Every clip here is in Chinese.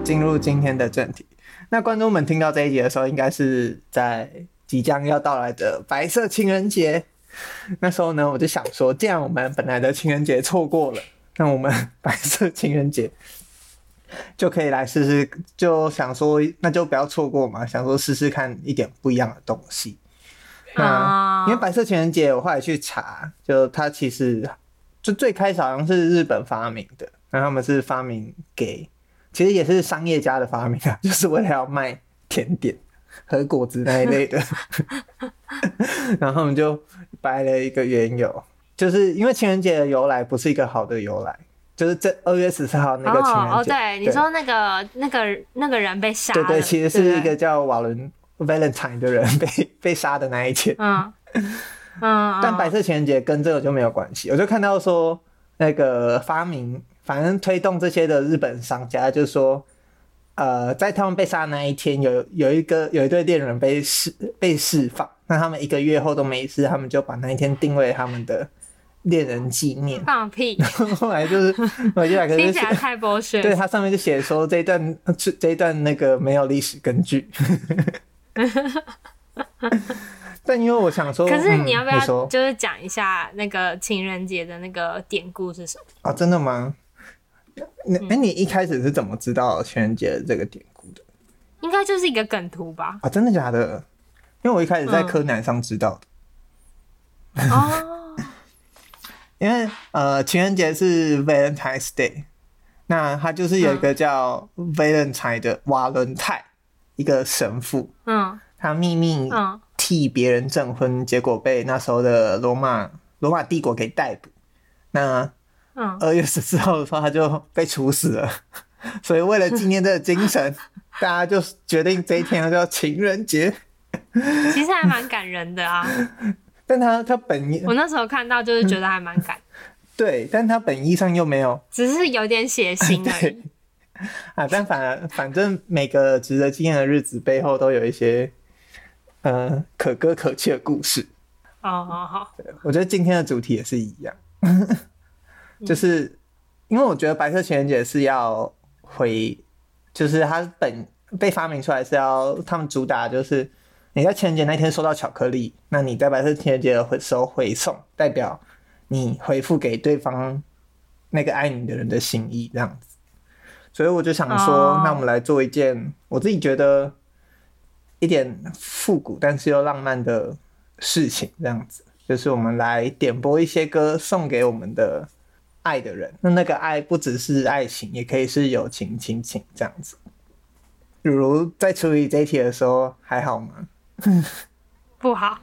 进入今天的正题。那观众们听到这一集的时候，应该是在即将要到来的白色情人节。那时候呢，我就想说，既然我们本来的情人节错过了，那我们白色情人节就可以来试试，就想说那就不要错过嘛，想说试试看一点不一样的东西。那因为白色情人节我后来去查，就它其实就最开始好像是日本发明的，那他们是发明给，其实也是商业家的发明啊，就是为了要卖甜点和果子那一类的然后他们就掰了一个缘由，就是因为情人节的由来不是一个好的由来，就是这2月14号那个情人节。 对，你说那个人被杀了， 对，其实是一个叫瓦伦 Valentine 的人被杀的那一天。但白色情人节跟这个就没有关系。我就看到说那个反正推动这些的日本商家就说，在他们被杀那一天有一对恋人被释放，那他们1个月后都没事，他们就把那一天定为他们的恋人纪念。 放屁！ 后来就是我就来听起来太bullshit。对， 它上面就写说这一段那个没有历史根据。但因为我想说， 可是你要不要就是讲一下那个情人节的那个典故是什么？ 真的吗？你一开始是怎么知道情人节的这个典故的？ 应该就是一个梗图吧？ 真的假的？因为我一开始在柯南上知道的。因为情人节是 Valentine's Day， 那他就是有一个叫 Valentine 的瓦伦泰，一个神父，他秘密替别人证婚，结果被那时候的罗马帝国给逮捕。那2月14号的时候他就被处死了，所以为了纪念这个精神，大家就决定这一天叫情人节。 其实还蛮感人的啊。 但他我那时候看到就是觉得还蛮感对，但他本意上又没有， 只是有点血腥而已。 但反正每个值得纪念的日子背后都有一些可歌可泣的故事。 好， 我觉得今天的主题也是一样。就是因为我觉得白色情人节是要就是它被发明出来是要他们主打，就是你在情人节那天收到巧克力，那你在白色情人节的时候回送，代表你回复给对方那个爱你的人的心意，这样子。所以我就想说，那我们来做一件我自己觉得一点复古但是又浪漫的事情，这样子，就是我们来点播一些歌送给我们的爱的人。那个爱不只是爱情，也可以是友情、亲情这样子。如如在处理这一题的时候还好吗？ 不好。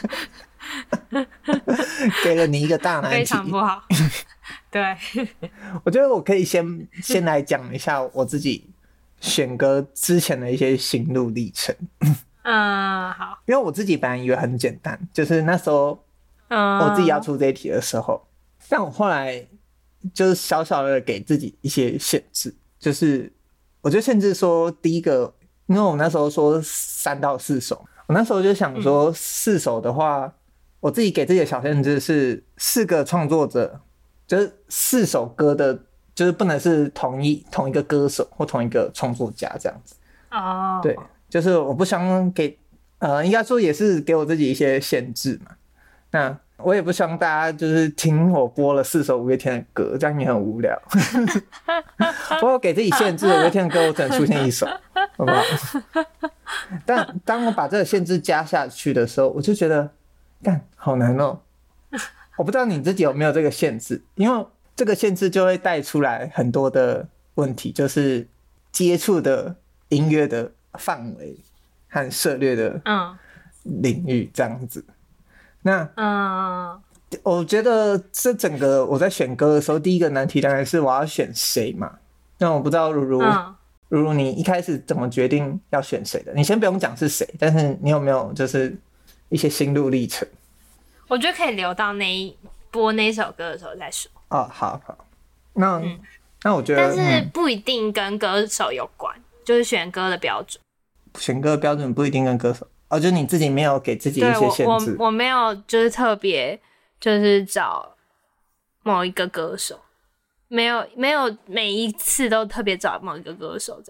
给了你一个大难题， 非常不好。对， 我觉得我可以先来讲一下我自己选歌之前的一些心路历程。 好。 因为我自己本来以为很简单，就是那时候我自己要出这一题的时候，但我后来就是小小的给自己一些限制，就是我就限制说，第一个，因为我那时候说3到4首，我那时候就想说4首的话，我自己给自己的小限制是4个创作者，就是4首歌的，就是不能是同一个歌手或同一个创作家这样子。对，就是我不想给应该说也是给我自己一些限制嘛。那我也不希望大家就是听我播了4首五月天的歌，这样也很无聊。我给自己限制，五月天的歌我只能出现1首，好不好？但当我把这个限制加下去的时候，我就觉得干好难哦。我不知道你自己有没有这个限制，因为这个限制就会带出来很多的问题，就是接触的音乐的范围和涉猎的领域这样子。那我觉得这整个我在选歌的时候，第一个难题当然是我要选谁嘛。那我不知道如如你一开始怎么决定要选谁的？你先不用讲是谁，但是你有没有就是一些心路历程？ 我觉得可以留到播那首歌的时候再说。 好，那我觉得， 但是不一定跟歌手有关，就是选歌的标准。 选歌的标准不一定跟歌手。就是你自己没有给自己一些限制。 我没有就是特别就是找某一个歌手，没有每一次都特别找某一个歌手这样。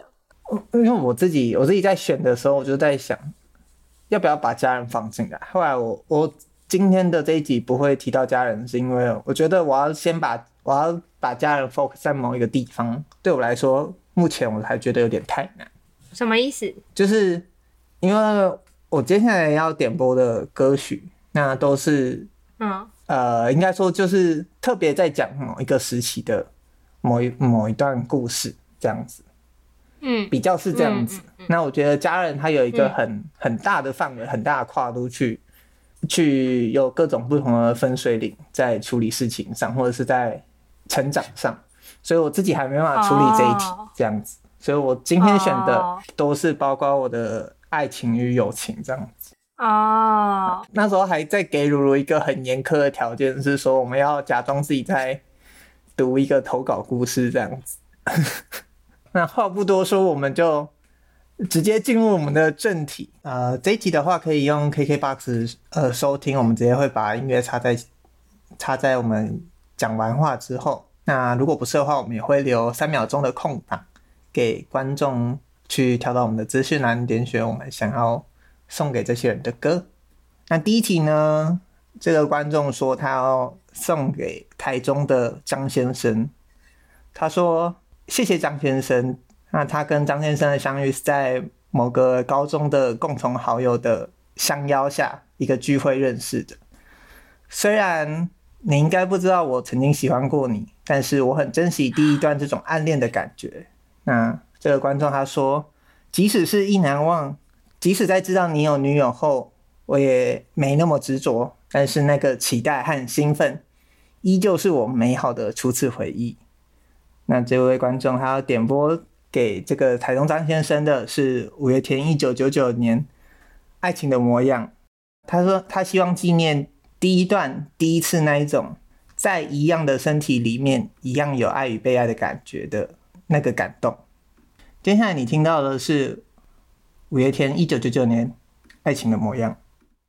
因为我自己在选的时候，我就在想要不要把家人放进来。后来我今天的这一集不会提到家人，是因为我觉得我要把家人 focus 在某一个地方，对我来说，目前我还觉得有点太难。 什么意思？ 就是因为我接下来要点播的歌曲，那都是应该说就是特别在讲某一个时期的某一段故事这样子。比较是这样子。那我觉得家人他有一个很大的范围，很大的跨度去有各种不同的分水岭，在处理事情上或者是在成长上，所以我自己还没办法处理这一题这样子。所以我今天选的都是包括我的爱情与友情这样子。那时候还在给如如一个很严苛的条件，是说我们要假装自己在读一个投稿故事这样子。那话不多说，我们就直接进入我们的正题。这一集的话可以用 KKBOX 收听，我们直接会把音乐插在我们讲完话之后。那如果不是的话，我们也会留3秒钟的空档给观众去跳到我们的资讯栏，点选我们想要送给这些人的歌。那第一题呢，这个观众说他要送给台中的张先生，他说谢谢张先生。那他跟张先生的相遇是在某个高中的共同好友的相邀下一个聚会认识的。虽然你应该不知道我曾经喜欢过你，但是我很珍惜第一段这种暗恋的感觉。那这个观众他说，即使是意难忘，即使在知道你有女友后，我也没那么执着，但是那个期待和兴奋依旧是我美好的初次回忆。那这位观众他要点播给这个台中张先生的是五月天1999年《爱情的模样》。他说他希望纪念第一段第一次那一种在一样的身体里面一样有爱与被爱的感觉的那个感动。接下来你听到的是五月天1999年《爱情的模样》。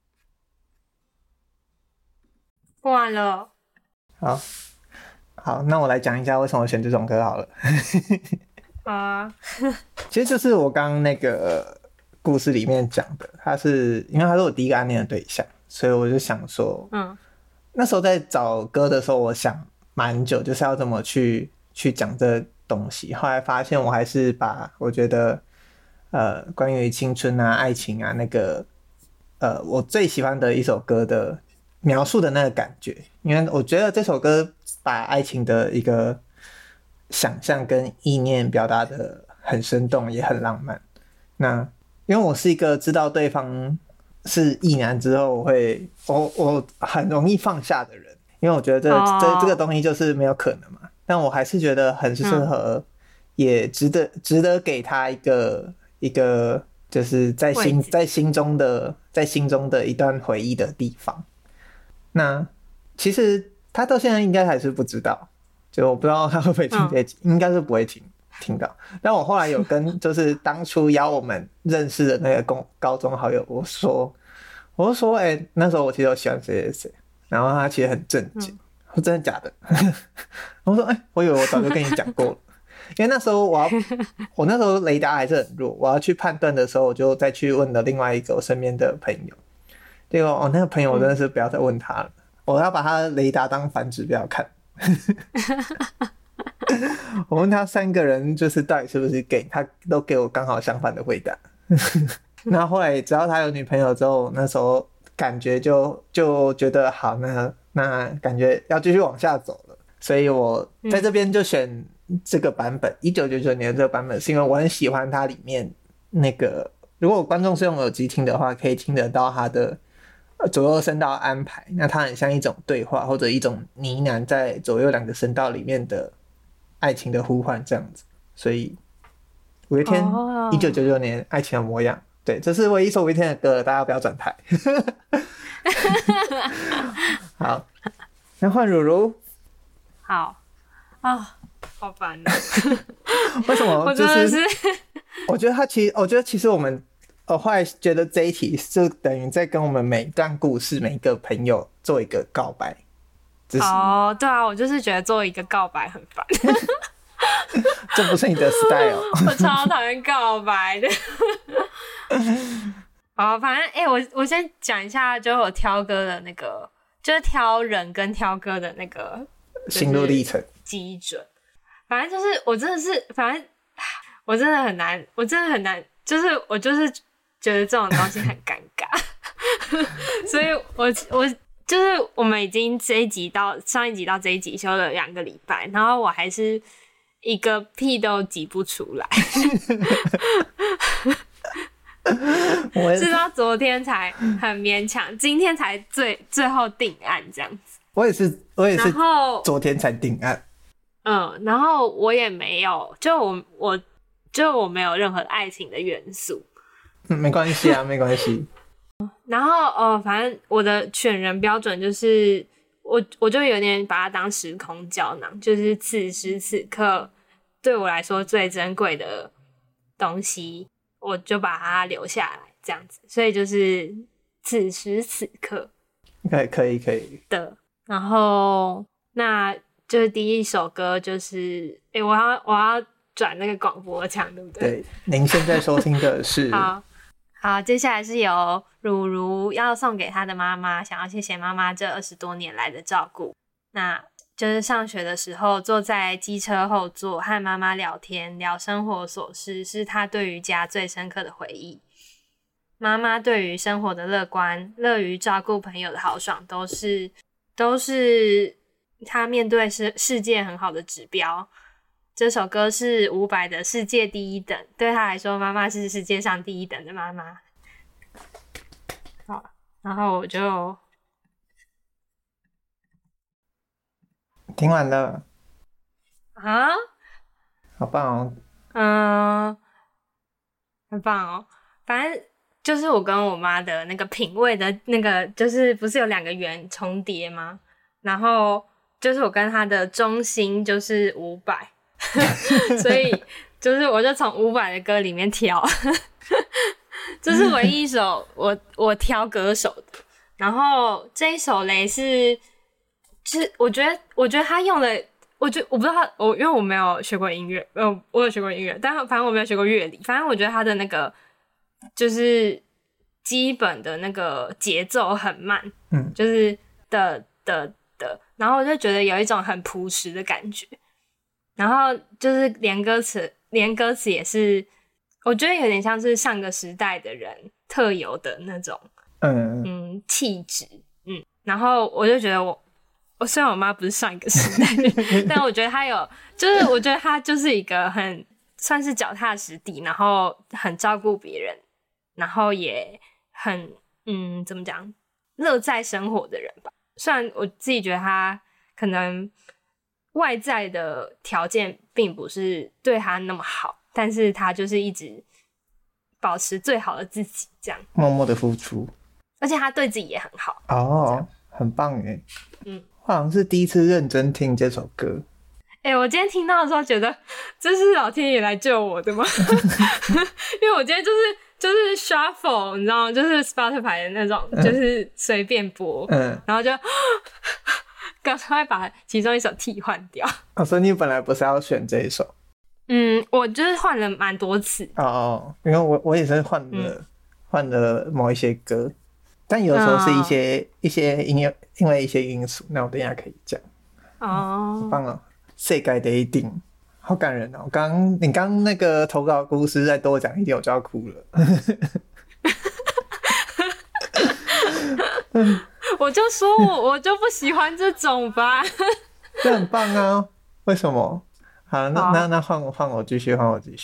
完了。 好，那我来讲一下为什么选这种歌好了。其实就是我刚刚那个故事里面讲的，因为他是我第一个暗恋的对象，所以我就想说，那时候在找歌的时候，我想蛮久，就是要怎么去讲这东西。后来发现我还是把我觉得关于青春啊、爱情啊那个我最喜欢的一首歌的描述的那个感觉，因为我觉得这首歌把爱情的一个想象跟意念表达的很生动，也很浪漫。那因为我是一个知道对方是异男之后，我很容易放下的人，因为我觉得这个东西就是没有可能嘛。但我还是觉得很适合，也值得给他一个就是在心中的一段回忆的地方。那其实他到现在应该还是不知道，就我不知道他会不会听这集，应该是不会听到。但我后来有跟就是当初邀我们认识的那个高中好友，我说那时候我其实有喜欢谁谁谁，然后他其实很震惊，我说真的假的？我说我以为我早就跟你讲过了。因为那时候我那时候雷达还是很弱，我要去判断的时候，我就再去问了另外一个我身边的朋友。结果那个朋友我真的是不要再问他了，我要把他的雷达当反指标看。我问他3个人就是到底是不是 gay， 他都给我刚好相反的回答。那后来只要他有女朋友之后，那时候感觉就觉得好，那感觉要继续往下走了。所以我在这边就选这个版本，1999年的这个版本，是因为我很喜欢它里面那个，如果观众是用耳机听的话，可以听得到它的左右声道安排，那它很像一种对话或者一种呢喃在左右2个声道里面的爱情的呼唤这样子。所以五月天1999年《爱情的模样》，对，这是唯一一首五月天的歌，大家不要转台。好，那换如如。 好好烦哦。 为什么？ 我真的是， 我觉得其实我们后来觉得这一题就等于在跟我们每一段故事、每一个朋友做一个告白。 对啊，我就是觉得做一个告白很烦。 这不是你的 style。 我超讨厌告白的。好，反正我先讲一下，就是我挑歌的那个，就是挑人跟挑歌的那个心路历程基准。反正就是我真的是，反正我真的很难，就是我就是觉得这种东西很尴尬，所以我就是我们已经上一集到这一集休了2个礼拜，然后我还是一个屁都挤不出来。直到昨天才很勉强，今天才最后定案这样子。 我也是昨天才定案。 然后我也没有，我没有任何爱情的元素。 没关系啊，没关系。 然后反正我的选人标准就是我就有点把它当时空胶囊，就是此时此刻对我来说最珍贵的东西，我就把它留下来这样子。所以就是此时此刻可以的。然后那就是第一首歌就是我要转那个广播腔，对不对？ 对，您现在收听的是好，接下来是由如如要送给她的妈妈，想要谢谢妈妈这20多年来的照顾。那就是上学的时候坐在机车后座和妈妈聊天，聊生活琐事，是她对于家最深刻的回忆。妈妈对于生活的乐观，乐于照顾朋友的豪爽，都是她面对世界很好的指标。这首歌是伍佰的世界第一等，对她来说，妈妈是世界上第一等的妈妈。好，然后我就听完了啊， 好棒哦。 很棒哦。反正就是我跟我妈的那个品味的那个，就是不是有2个圆重叠吗？然后就是我跟她的中心就是伍佰。所以就是我就从伍佰的歌里面挑，这是唯一一首我挑歌手的。然后这一首嘞是我觉得他用的，我不知道因为我没有学过音乐，我有学过音乐，但反正我没有学过乐理。反正我觉得他的那个就是基本的那个节奏很慢，就是的，然后我就觉得有一种很朴实的感觉。然后就是连歌词也是，我觉得有点像是上个时代的人特有的那种气质。然后我就觉得我虽然我妈不是上一个时代的人，但我觉得她我觉得她就是一个很算是脚踏实地，然后很照顾别人，然后也很怎么讲，乐在生活的人吧。虽然我自己觉得她可能外在的条件并不是对他那么好，但是他就是一直保持最好的自己，这样默默的付出， 而且他对自己也很好哦，很棒耶。我好像是第一次认真听这首歌。 我今天听到的时候觉得这是老天爷来救我的吗？因为我今天就是 shuffle 你知道吗，就是 Spotify 的那种，就是随便播，然后就赶快把其中一首替换掉。 所以你本来不是要选这一首？ 我就是换了蛮多次。 因为我也是换了某一些歌，但有时候是一些因为一些因素，那我等一下可以讲。好棒哦，世界第一定，好感人哦！你刚那个投稿故事再多讲一点，我就要哭了。 我就说我就不喜欢这种吧。 这很棒啊！为什么？好，那换我继续。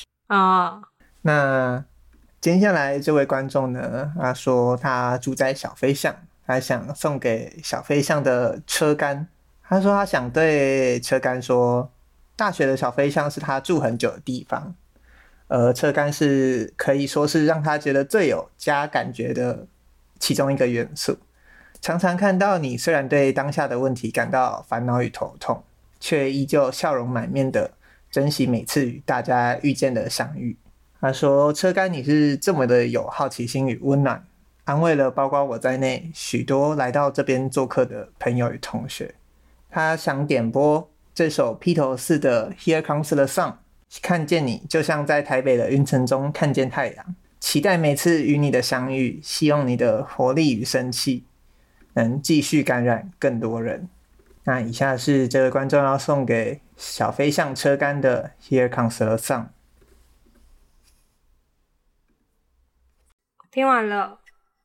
那接下来这位观众呢，他说他住在小飞象，他想送给小飞象的车杆。他说他想对车杆说，大学的小飞象是他住很久的地方，车杆是可以说是让他觉得最有家感觉的其中一个元素。常常看到你虽然对当下的问题感到烦恼与头痛，却依旧笑容满面的珍惜每次与大家遇见的相遇。他说车杆你是这么的有好奇心与温暖，安慰了包括我在内许多来到这边做客的朋友与同学。他想点播这首披头士的 Here Comes the Sun， 看见你就像在台北的云层中看见太阳，期待每次与你的相遇，希望你的活力与生气能继续感染更多人。那以下是这位观众要送给小飞象车杆的 Here Comes the Sun。 听完了。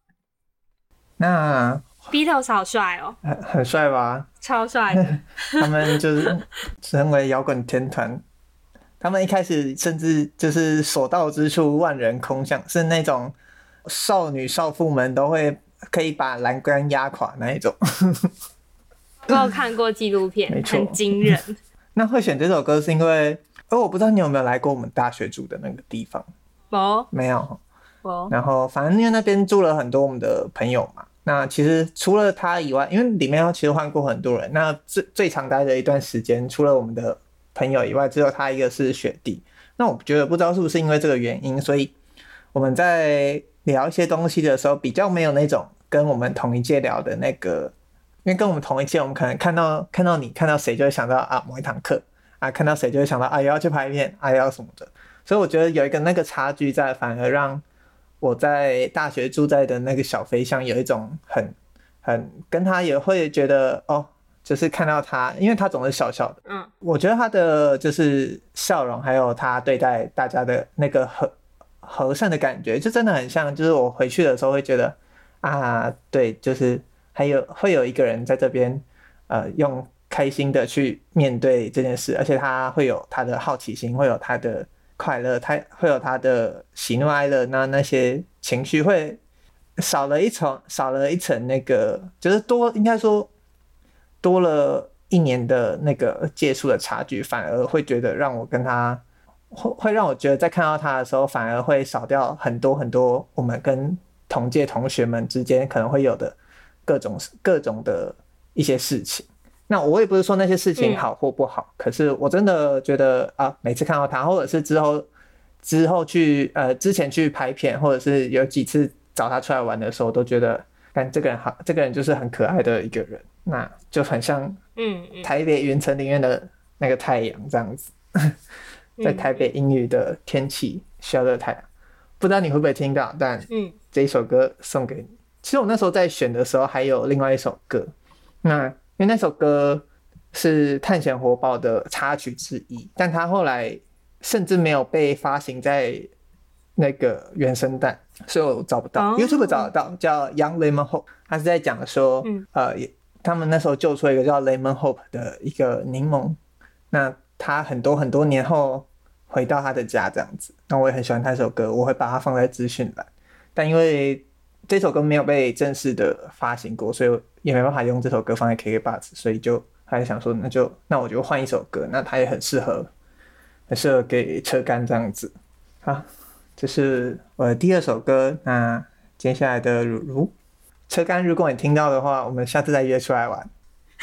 那 Beatles 好帅哦， 很帅吧？ 超帅的。 他们就是成为摇滚天团，他们一开始甚至就是所到之处万人空巷，是那种少女少妇们都会可以把栏杆压垮那一种。 我有看过纪录片，很惊人。 那会选这首歌是因为，我不知道你有没有来过我们大学住的那个地方？没有。然后反正因为那边住了很多我们的朋友嘛，那其实除了他以外，因为里面其实换过很多人，那最常待的一段时间，除了我们的朋友以外，只有他一个是学弟。那我觉得不知道是不是因为这个原因，所以我们在聊一些东西的时候，比较没有那种跟我们同一届聊的那个。因为跟我们同一届，我们可能看到你看到谁就会想到啊某一堂课啊，看到谁就会想到啊也要去拍片啊也要什么的，所以我觉得有一个那个差距在，反而让我在大学住在的那个小飞象有一种很跟他也会觉得就是看到他，因为他总是笑笑的，我觉得他的就是笑容，还有他对待大家的那个和善的感觉，就真的很像，就是我回去的时候会觉得啊，对，就是会有一个人在这边，用开心的去面对这件事，而且他会有他的好奇心，会有他的快乐，他会有他的喜怒哀乐，那些情绪会少了一层那个，就是应该说多了一年的那个接触的差距，反而会觉得让我跟他会让我觉得在看到他的时候，反而会少掉很多很多我们跟同届同学们之间可能会有的各种的一些事情。那我也不是说那些事情好或不好，可是我真的觉得每次看到他，或者是之后去之前去拍片，或者是有几次找他出来玩的时候，都觉得但这个人好，这个人就是很可爱的一个人，那就很像台北云层里面的那个太阳这样子。在台北阴雨的天气需要的太阳，不知道你会不会听到，但这一首歌送给你。其实我那时候在选的时候还有另外一首歌，那因为那首歌是探险活宝的插曲之一，但它后来甚至没有被发行在那个原声带，所以我找不到，YouTube 找得到，叫 Young Lemon Hope， 他是在讲说他们那时候救出了一个叫 Lemon Hope 的一个柠檬，那他很多很多年后回到他的家这样子。那我也很喜欢他这首歌，我会把它放在资讯栏，但因为这首歌没有被正式的发行过，所以也没办法用这首歌放在 KKBOX， 所以就还想说那我就换一首歌，那它也很适合给车杆这样子。好，这是我的第二首歌。那接下来的如如车杆，如果你听到的话，我们下次再约出来玩。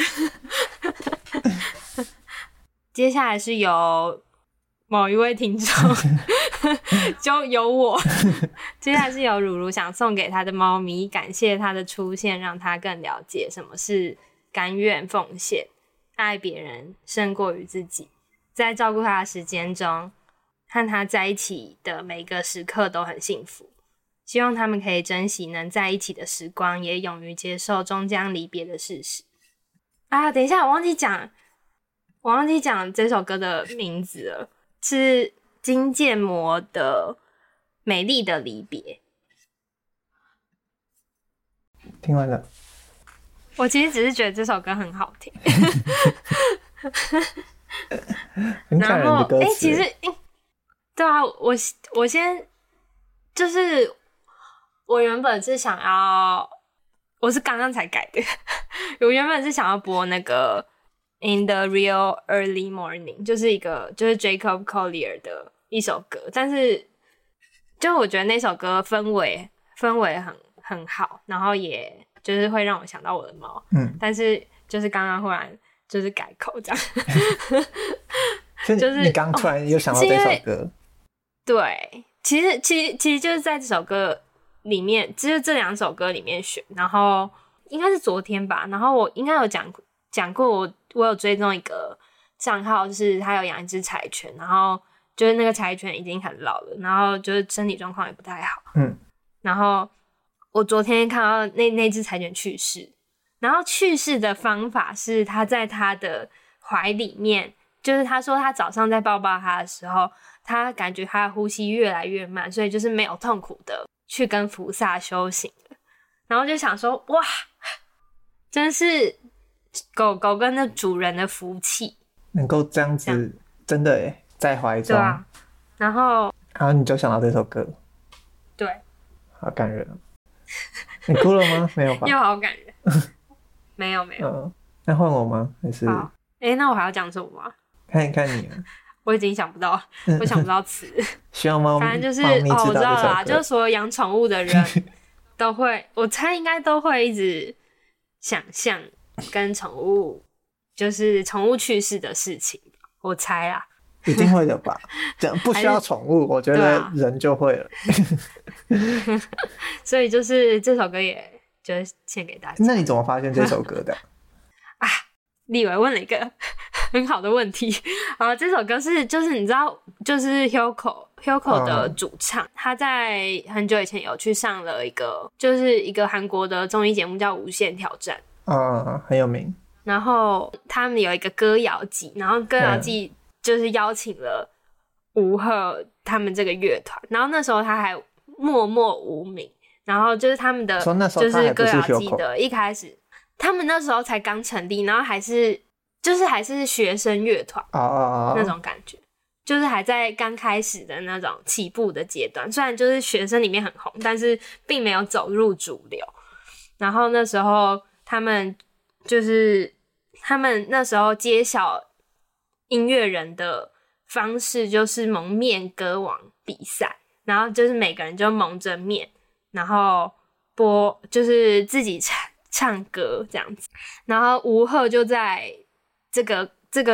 接下来是由某一位听众就由我接下来是由如如想送给他的猫咪，感谢他的出现，让他更了解什么是甘愿奉献，爱别人胜过于自己，在照顾他的时间中和他在一起的每个时刻都很幸福，希望他们可以珍惜能在一起的时光，也勇于接受终将离别的事实。等一下我忘记讲这首歌的名字了，是金建模的美丽的离别。 听完了， 我其实只是觉得这首歌很好听。 很感人的歌词。 其实对啊，我先就是我原本是想要，我是刚刚才改的。我原本是想要播那个 In the Real Early Morning， 就是就是 Jacob Collier 的一首歌，但是就我觉得那首歌氛围很好，然后也就是会让我想到我的猫，但是就是刚刚忽然就是改口这样。就是你刚突然又想到这首歌。 对，其实就是在这首歌里面，就是这两首歌里面选，然后应该是昨天吧，然后我应该有讲过我有追踪一个账号是他有养一只柴犬，然后就是那个柴犬已经很老了，然后就是身体状况也不太好。然后我昨天看到那只柴犬去世，然后去世的方法是他在他的怀里面，就是他说他早上在抱他的时候，他感觉他的呼吸越来越慢，所以就是没有痛苦的去跟菩萨修行了。然后就想说，哇，真是狗狗跟那主人的福气， 能够这样子，真的耶，在怀中。对啊，然后你就想到这首歌， 对， 好感人。你哭了吗？没有吧？ 又好感人。没有。 那换我吗？还是？ 好，那我还要讲什么吗？ 看一看你啊。 我已经想不到，我想不到词。 希望猫， 反正就是我知道了啦，就是所有养宠物的人都会，我猜应该都会一直想象跟宠物，就是宠物去世的事情，我猜啦。 一定会的吧？不需要宠物，我觉得人就会了。 所以就是这首歌也就是献给大家。 那你怎么发现这首歌的？ 立伟问了一个很好的问题。这首歌就是你知道，就是 Hyukoh 的主唱，他在很久以前有去上了就是一个韩国的综艺节目叫《无限挑战》， 很有名。 然后他们有一个歌谣季，然后歌谣季就是邀请了吴赫他们这个乐团，然后那时候他还默默无名，然后就是他们的就是歌谣季的一开始。他们那时候才刚成立，然后还是学生乐团那种感觉，就是还在刚开始的那种起步的阶段。虽然就是学生里面很红，但是并没有走入主流。然后那时候他们那时候揭晓音乐人的方式就是蒙面歌王比赛，然后就是每个人就蒙着面，然后就是自己唱歌这样子，然后吴赫就在这个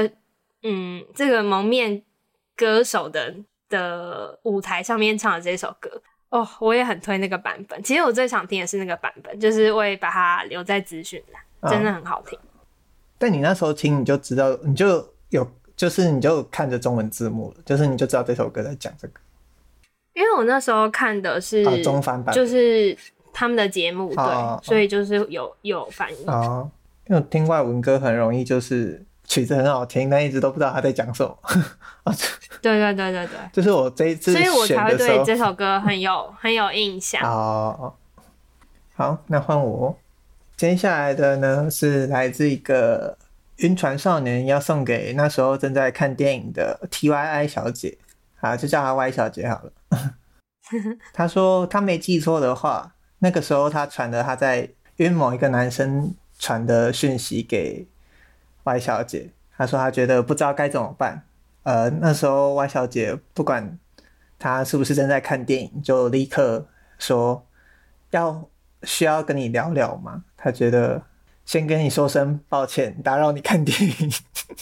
蒙面歌手的舞台上面唱了这首歌。我也很推那个版本，其实我最想听的是那个版本，就是我也把它留在资讯栏，真的很好听。 但你那时候听你就知道，你就看着中文字幕了，就是你就知道这首歌在讲这个。 因为我那时候看的是中翻版， 就是他们的节目，对，所以就是有翻译。 因为我听外文歌很容易就是曲子很好听，但一直都不知道他在讲什么。 对， 就是我这一次选的时候， 所以我才会对这首歌很有印象。 好，那换我。接下来的呢是来自一个晕船少年，要送给那时候正在看电影的 TYI 小姐，就叫她 Y 小姐好了。她说她没记错的话，那个时候她传了她在晕某一个男生传的讯息给 Y 小姐，她说她觉得不知道该怎么办。那时候 Y 小姐不管她是不是正在看电影，就立刻说需要跟你聊聊吗？她觉得先跟你说声抱歉，打扰你看电影。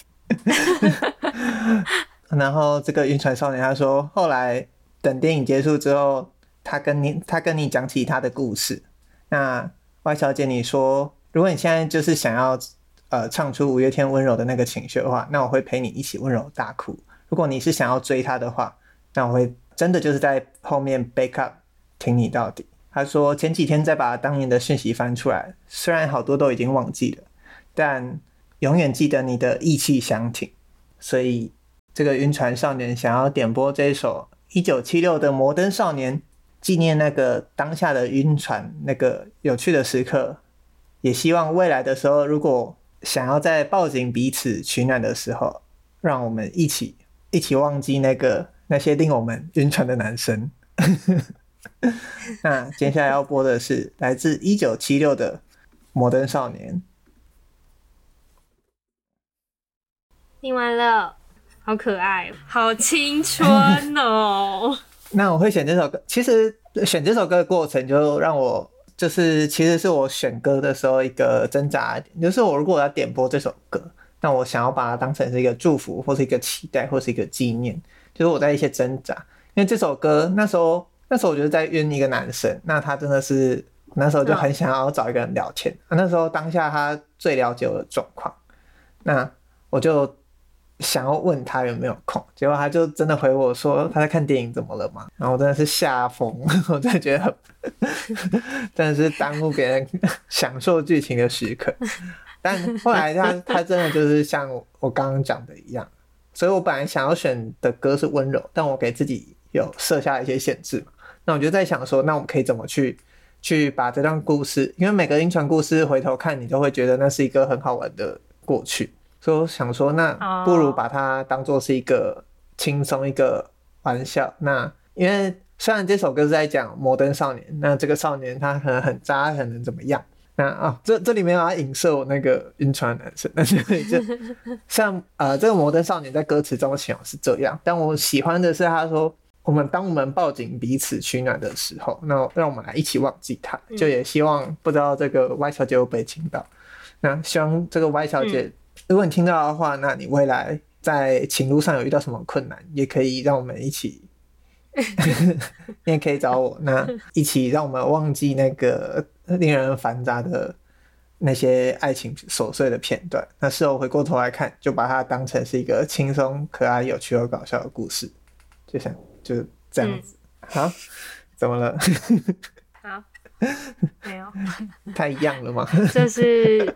然后这个晕船少年他说，后来等电影结束之后，他跟你讲起他的故事。那 Y 小姐你说，如果你现在就是想要唱出五月天温柔的那个情绪的话，那我会陪你一起温柔大哭。如果你是想要追他的话，那我会真的就是在后面 back up 挺你到底。他说前几天再把当年的讯息翻出来，虽然好多都已经忘记了，但永远记得你的义气相挺。所以这个晕船少年想要点播这一首1976的摩登少年，纪念那个当下的晕船那个有趣的时刻，也希望未来的时候如果想要再抱紧彼此取暖的时候，让我们一起忘记那些令我们晕船的男生。那接下来要播的是来自1976的摩登少年。 听完了，好可爱，好青春哦。 那我会选这首歌，其实选这首歌的过程就让我其实是我选歌的时候一个挣扎点，就是我如果要点播这首歌，那我想要把它当成是一个祝福或是一个期待或是一个纪念，就是我在一些挣扎。因为这首歌那时候我就是在晕一个男生，那他真的是那时候就很想要找一个人聊天，那时候当下他最了解我的状况，那我就想要问他有没有空，结果他就真的回我说他在看电影，怎么了嘛？然后我真的是吓疯，我真的觉得很真的是耽误别人享受剧情的时刻。但后来他真的就是像我刚刚讲的一样，所以我本来想要选的歌是温柔，但我给自己有设下一些限制嘛。那我就在想说，那我们可以怎么去把这段故事，因为每个晕船故事回头看，你都会觉得那是一个很好玩的过去。所以我想说，那不如把它当作是一个轻松一个玩笑。那因为虽然这首歌是在讲摩登少年，那这个少年他可能很渣，可能怎么样？那这里面要影射我那个晕船男生，但是就像这个摩登少年在歌词中形容是这样，但我喜欢的是他说，当我们抱紧彼此取暖的时候，那让我们来一起忘记他。就也希望不知道这个 Y 小姐会被听到，那希望这个 Y 小姐。如果你听到的话，那你未来在情路上有遇到什么困难，也可以让我们一起你也可以找我，那一起让我们忘记那个令人繁杂的那些爱情琐碎的片段，那事后回过头来看，就把它当成是一个轻松可爱有趣又搞笑的故事，就这样子。好，怎么了？ 好，没有太一样了吗？ 这是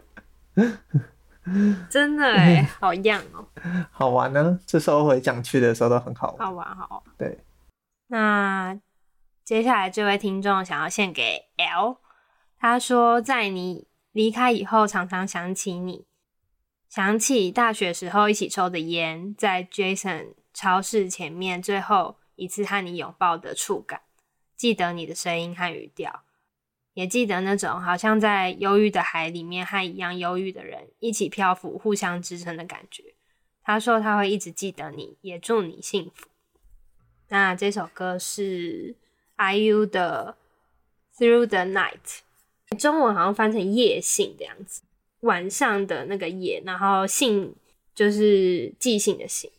真的耶，好样哦， 好玩呢，这收回讲去的时候都很好玩， 好玩好玩。 对， 那接下来这位听众想要献给 L， 他说在你离开以后常常想起你，想起大学时候一起抽的烟，在 Jason 超市前面最后一次和你拥抱的触感，记得你的声音和语调，也记得那种好像在忧郁的海里面和一样忧郁的人一起漂浮互相支撑的感觉。他说他会一直记得你，也祝你幸福。那这首歌是 IU 的 Through the Night， 中文好像翻成夜信的样子，晚上的那个夜，然后信就是寄信的信。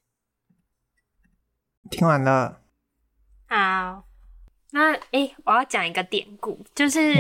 听完了。 好，那我要讲一个典故，就是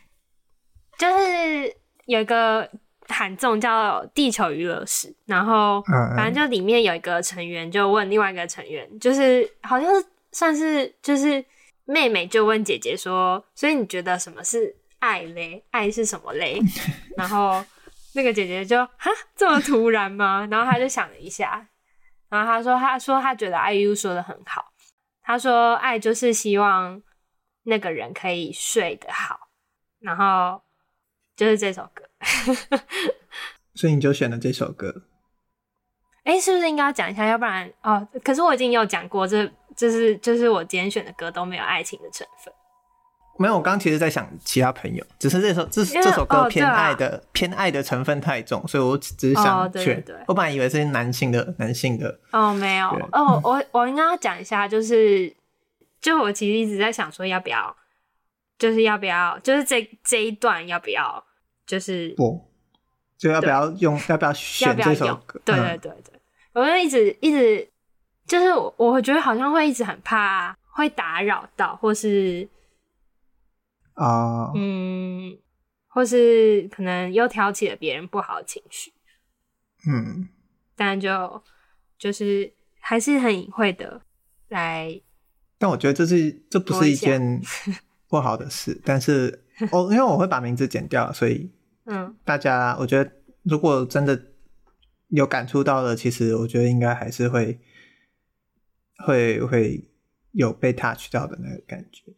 有一个韩综叫地球娱乐室，然后反正就里面有一个成员就问另外一个成员，就是好像是算是就是妹妹就问姐姐说，所以你觉得什么是爱嘞？爱是什么嘞？然后那个姐姐就哈这么突然吗？然后她就想了一下，然后她说她觉得 IU 说的很好，她说爱就是希望那个人可以睡得好，然后就是这首歌。 所以你就选了这首歌。 是不是应该要讲一下？要不然可是我已经有讲过，就是我今天选的歌都没有爱情的成分。 没有，我刚刚其实在想其他朋友，只是这首歌偏爱的成分太重，所以我只是想选。 对， 我本来以为是男性的。 没有。我应该要讲一下，就我其实一直在想说要不要就是这一段要不要就是就要不要选这首歌？ 对，我就一直就是我觉得好像会一直很怕会打扰到，或是或是可能又挑起了别人不好的情绪。但就是还是很隐晦的来。 但我觉得这不是一件不好的事，但是因为我会把名字剪掉，所以大家我觉得如果真的有感触到的，其实我觉得应该还是会有被 touch 到的那个感觉。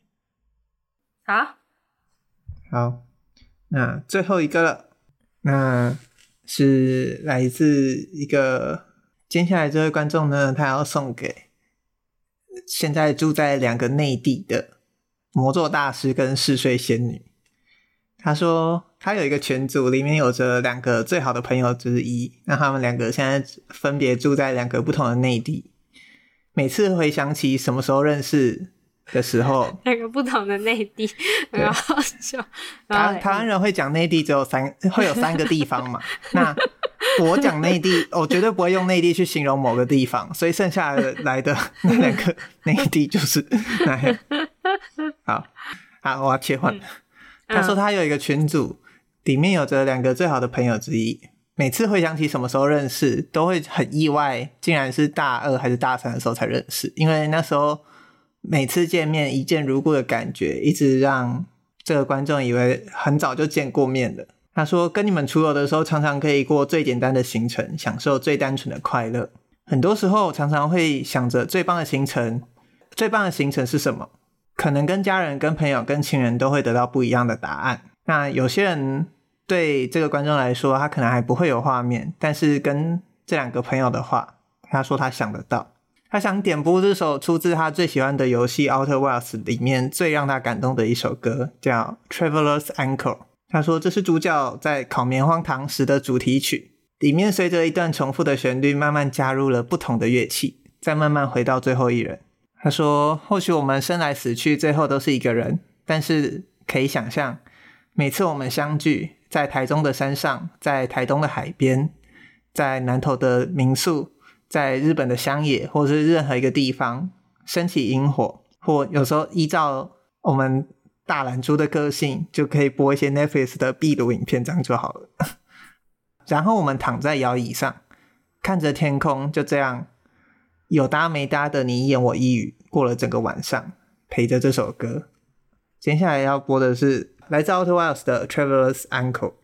好，那最后一个了，那是来自一个接下来这位观众呢，他要送给现在住在2个内地的魔咒大师跟嗜睡仙女。他说他有一个群组，里面有着2个最好的朋友之一，那他们2个现在分别住在2个不同的内地。每次回想起什么时候认识的时候 2个不同的内地很好笑。 台湾人会讲内地会有3个地方嘛那我讲内地我绝对不会用内地去形容某个地方，所以剩下来的那2个内地就是那样。好，我要切换。他说他有一个群组，里面有着2个最好的朋友之一， 每次回想起什么时候认识，都会很意外，竟然是大2还是大3的时候才认识。因为那时候每次见面一见如故的感觉，一直让这个观众以为很早就见过面了。他说跟你们出游的时候，常常可以过最简单的行程，享受最单纯的快乐。很多时候常常会想着最棒的行程是什么？可能跟家人、跟朋友、跟亲人都会得到不一样的答案。那有些人对这个观众来说，他可能还不会有画面，但是跟这2个朋友的话，他说他想得到。他想点播这首出自他最喜欢的游戏 Outer Wilds 里面最让他感动的一首歌，叫 Traveler's Anchor。 他说这是主角在烤棉花糖时的主题曲，里面随着一段重复的旋律慢慢加入了不同的乐器，再慢慢回到最后一人。他说或许我们生来死去最后都是一个人，但是可以想象每次我们相聚，在台中的山上，在台东的海边，在南投的民宿，在日本的乡野，或是任何一个地方升起萤火，或有时候依照我们大懒猪的个性，就可以播一些 Netflix 的闭路影片，这样就好了。然后我们躺在摇椅上，看着天空，就这样有搭没搭的你一言我一语，过了整个晚上，陪着这首歌。接下来要播的是来自 Outer Wilds 的 Traveler's Anchor。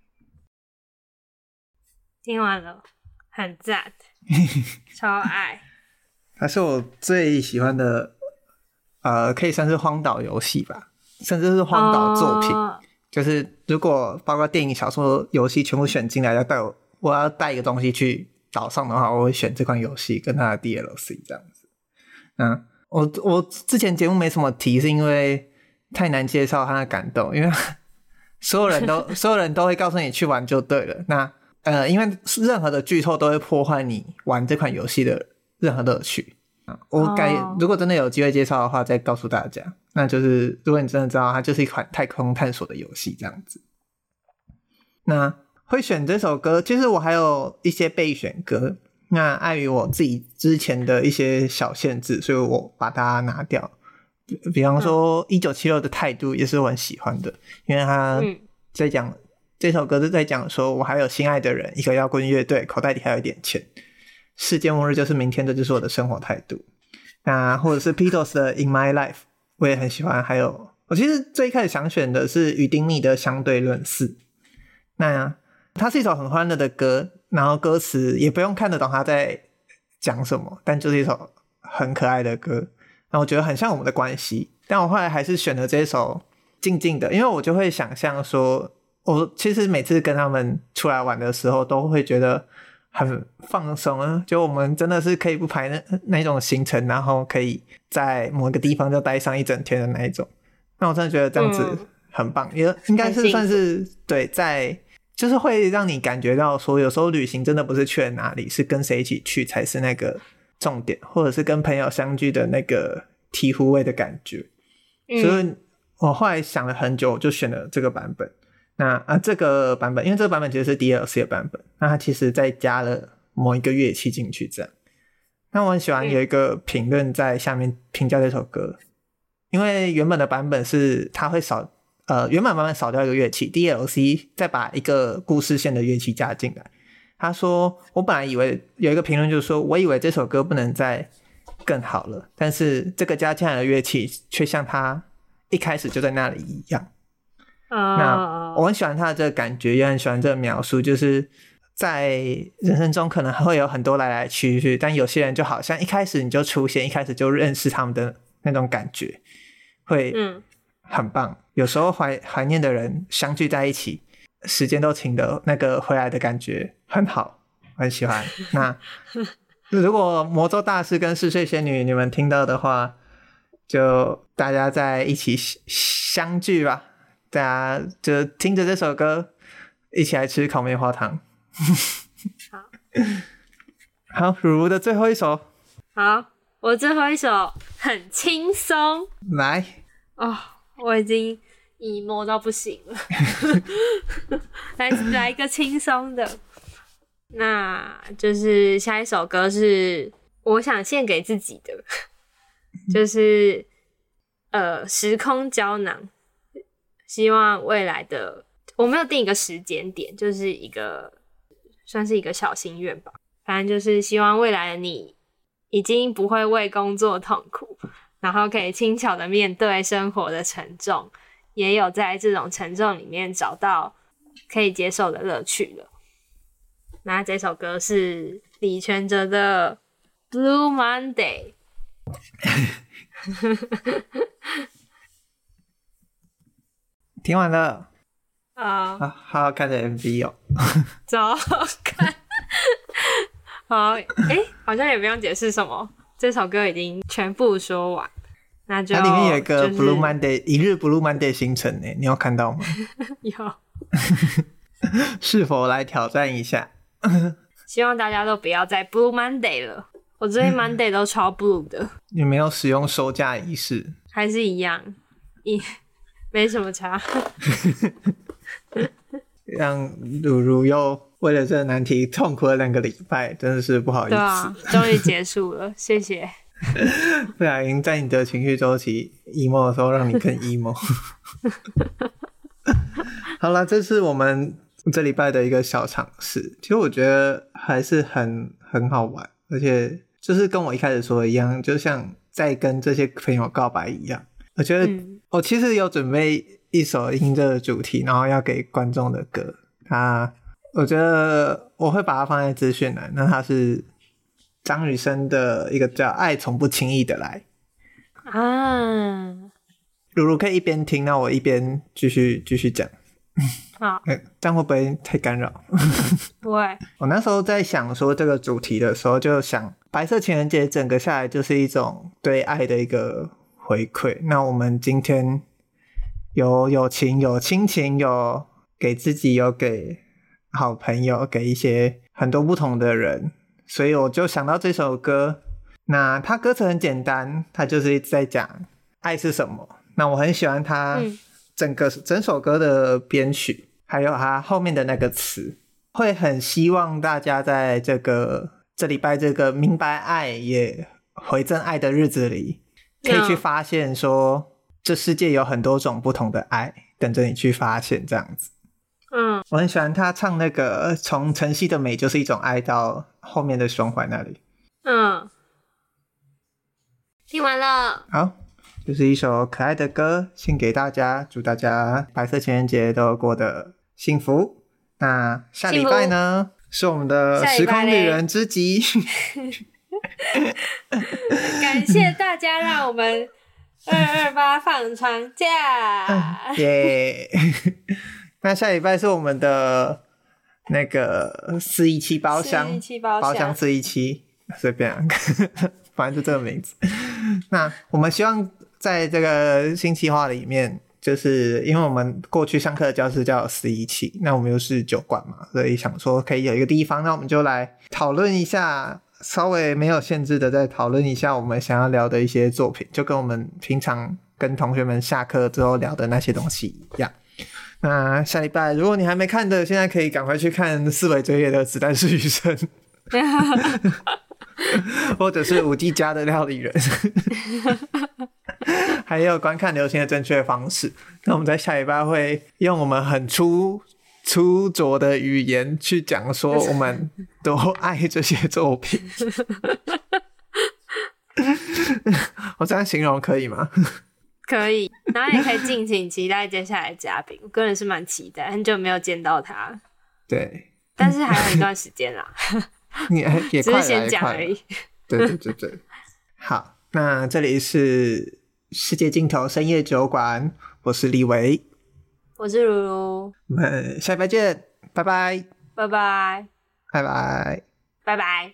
听完了很赞超爱。 它是我最喜欢的可以算是荒岛游戏吧，甚至是荒岛作品。就是如果包括电影、小说、游戏全部选进来，我要带一个东西去岛上的话，我会选这款游戏跟它的 DLC 这样子。我之前节目没什么提，是因为太难介绍它的感动，因为所有人都会告诉你去玩就对了。那因为任何的剧透都会破坏你玩这款游戏的任何乐趣。如果真的有机会介绍的话再告诉大家。那就是如果你真的知道它就是一款太空探索的游戏这样子。那会选这首歌，其实我还有一些备选歌，那碍于我自己之前的一些小限制，所以我把它拿掉。比方说1976的态度也是我很喜欢的，因为他在讲这首歌是在讲说我还有心爱的人，一个摇滚乐队，口袋里还有一点钱，世界末日就是明天，这就是我的生活态度。那或者是 Beatles 的 In My Life 我也很喜欢。还有我其实最开始想选的是于丁密的相对论4。那它是一首很欢乐的歌，然后歌词也不用看得懂它在讲什么，但就是一首很可爱的歌，那我觉得很像我们的关系。但我后来还是选了这首静静的，因为我就会想象说，我其实每次跟他们出来玩的时候都会觉得很放松啊，就我们真的是可以不排那种行程，然后可以在某个地方就待上一整天的那一种。那我真的觉得这样子很棒，也应该是算是对，在就是会让你感觉到说，有时候旅行真的不是去了哪里，是跟谁一起去才是那个重点，或者是跟朋友相聚的那个醍醐味的感觉。所以我后来想了很久，我就选了这个版本。那这个版本，因为这个版本其实是 DLC 的版本，那它其实再加了某一个乐器进去这样。那我很喜欢有一个评论在下面评价这首歌，因为原本的版本是它会原本版本少掉一个乐器， DLC 再把一个故事线的乐器加进来。他说我本来以为有一个评论就是说，我以为这首歌不能再更好了，但是这个加进来的乐器却像他一开始就在那里一样。那我很喜欢他的这个感觉，也很喜欢这个描述，就是在人生中可能会有很多来来去去，但有些人就好像一开始你就出现，一开始就认识他们的那种感觉会很棒。有时候怀念的人相聚在一起，时间都停的那个回来的感觉很好，我很喜欢。那如果魔咒大师跟嗜睡仙女你们听到的话，就大家在一起相聚吧，大家就听着这首歌一起来吃烤棉花糖。好，如如的最后一首。 好，我最后一首很轻松， 来我已经emo到不行了。来一个轻松的，那就是下一首歌是我想献给自己的，就是时空胶囊。希望未来的，我没有定一个时间点，就是一个算是一个小心愿吧。反正就是希望未来的你已经不会为工作痛苦，然后可以轻巧的面对生活的沉重，也有在这种沉重里面找到可以接受的乐趣了。那这首歌是李全哲的 Blue Monday 听完了好好看的 MV 哦超好看好好像也不用解释什么，这首歌已经全部说完。那就它里面有一个就是 Blue Monday 一日 Blue Monday 行程耶，你有看到吗？ 有是否来挑战一下？ 希望大家都不要再 Blue Monday 了，我最近 Monday 都超 Blue 的。 你没有使用收假仪式？ 还是一样没什么差让如如又为了这个难题痛苦了2个礼拜，真的是不好意思。 对啊，终于结束了谢谢。 不小心在你的情绪周期 emo 的时候让你更 emo 好啦，这是我们这礼拜的一个小尝试，其实我觉得还是很好玩，而且就是跟我一开始说的一样，就像在跟这些朋友告白一样。我觉得我其实有准备一首音乐的主题，然后要给观众的歌，我觉得我会把它放在资讯栏。那它是张雨生的一个叫《爱从不轻易的来》啊。如如可以一边听，那我一边继续讲。 好， 这样会不会太干扰？ 不会。 我那时候在想说这个主题的时候，就想白色情人节整个下来就是一种对爱的一个回馈。那我们今天有友情，有亲情，有给自己，有给好朋友，给一些很多不同的人，所以我就想到这首歌。那它歌词很简单，它就是一直在讲爱是什么。那我很喜欢它整首歌的编曲，还有它后面的那个词，会很希望大家在这礼拜这个明白爱也回赠爱的日子里，可以去发现说这世界有很多种不同的爱等着你去发现，这样子。我很喜欢他唱那个从晨曦的美就是一种爱到后面的胸怀那里。 听完了。 好，就是一首可爱的歌献给大家，祝大家白色情人节都过得幸福。那下礼拜呢是我们的时空旅人之集感谢大家让我们228放长假耶那下礼拜是我们的那个417包厢417随便反正就这个名字那我们希望在这个新企划里面，就是因为我们过去上课的教室叫417，那我们又是酒馆嘛，所以想说可以有一个地方，那我们就来讨论一下，稍微没有限制的再讨论一下我们想要聊的一些作品，就跟我们平常跟同学们下课之后聊的那些东西一样。那下礼拜如果你还没看的，现在可以赶快去看四维追业的子弹是余生或者是5G 家的料理人还有观看流行的正确方式。那我们在下礼拜会用我们很粗拙的语言去讲说我们多爱这些作品我这样形容可以吗？ 可以，然后也可以敬请期待接下来的嘉宾，我个人是蛮期待，很久没有见到他。 对， 但是还有一段时间啦也快了， 只是先讲而已。 对好，那这里是世界尽头深夜酒馆，我是李维， 我是如如， 我们下礼拜见，拜拜拜拜拜拜拜拜。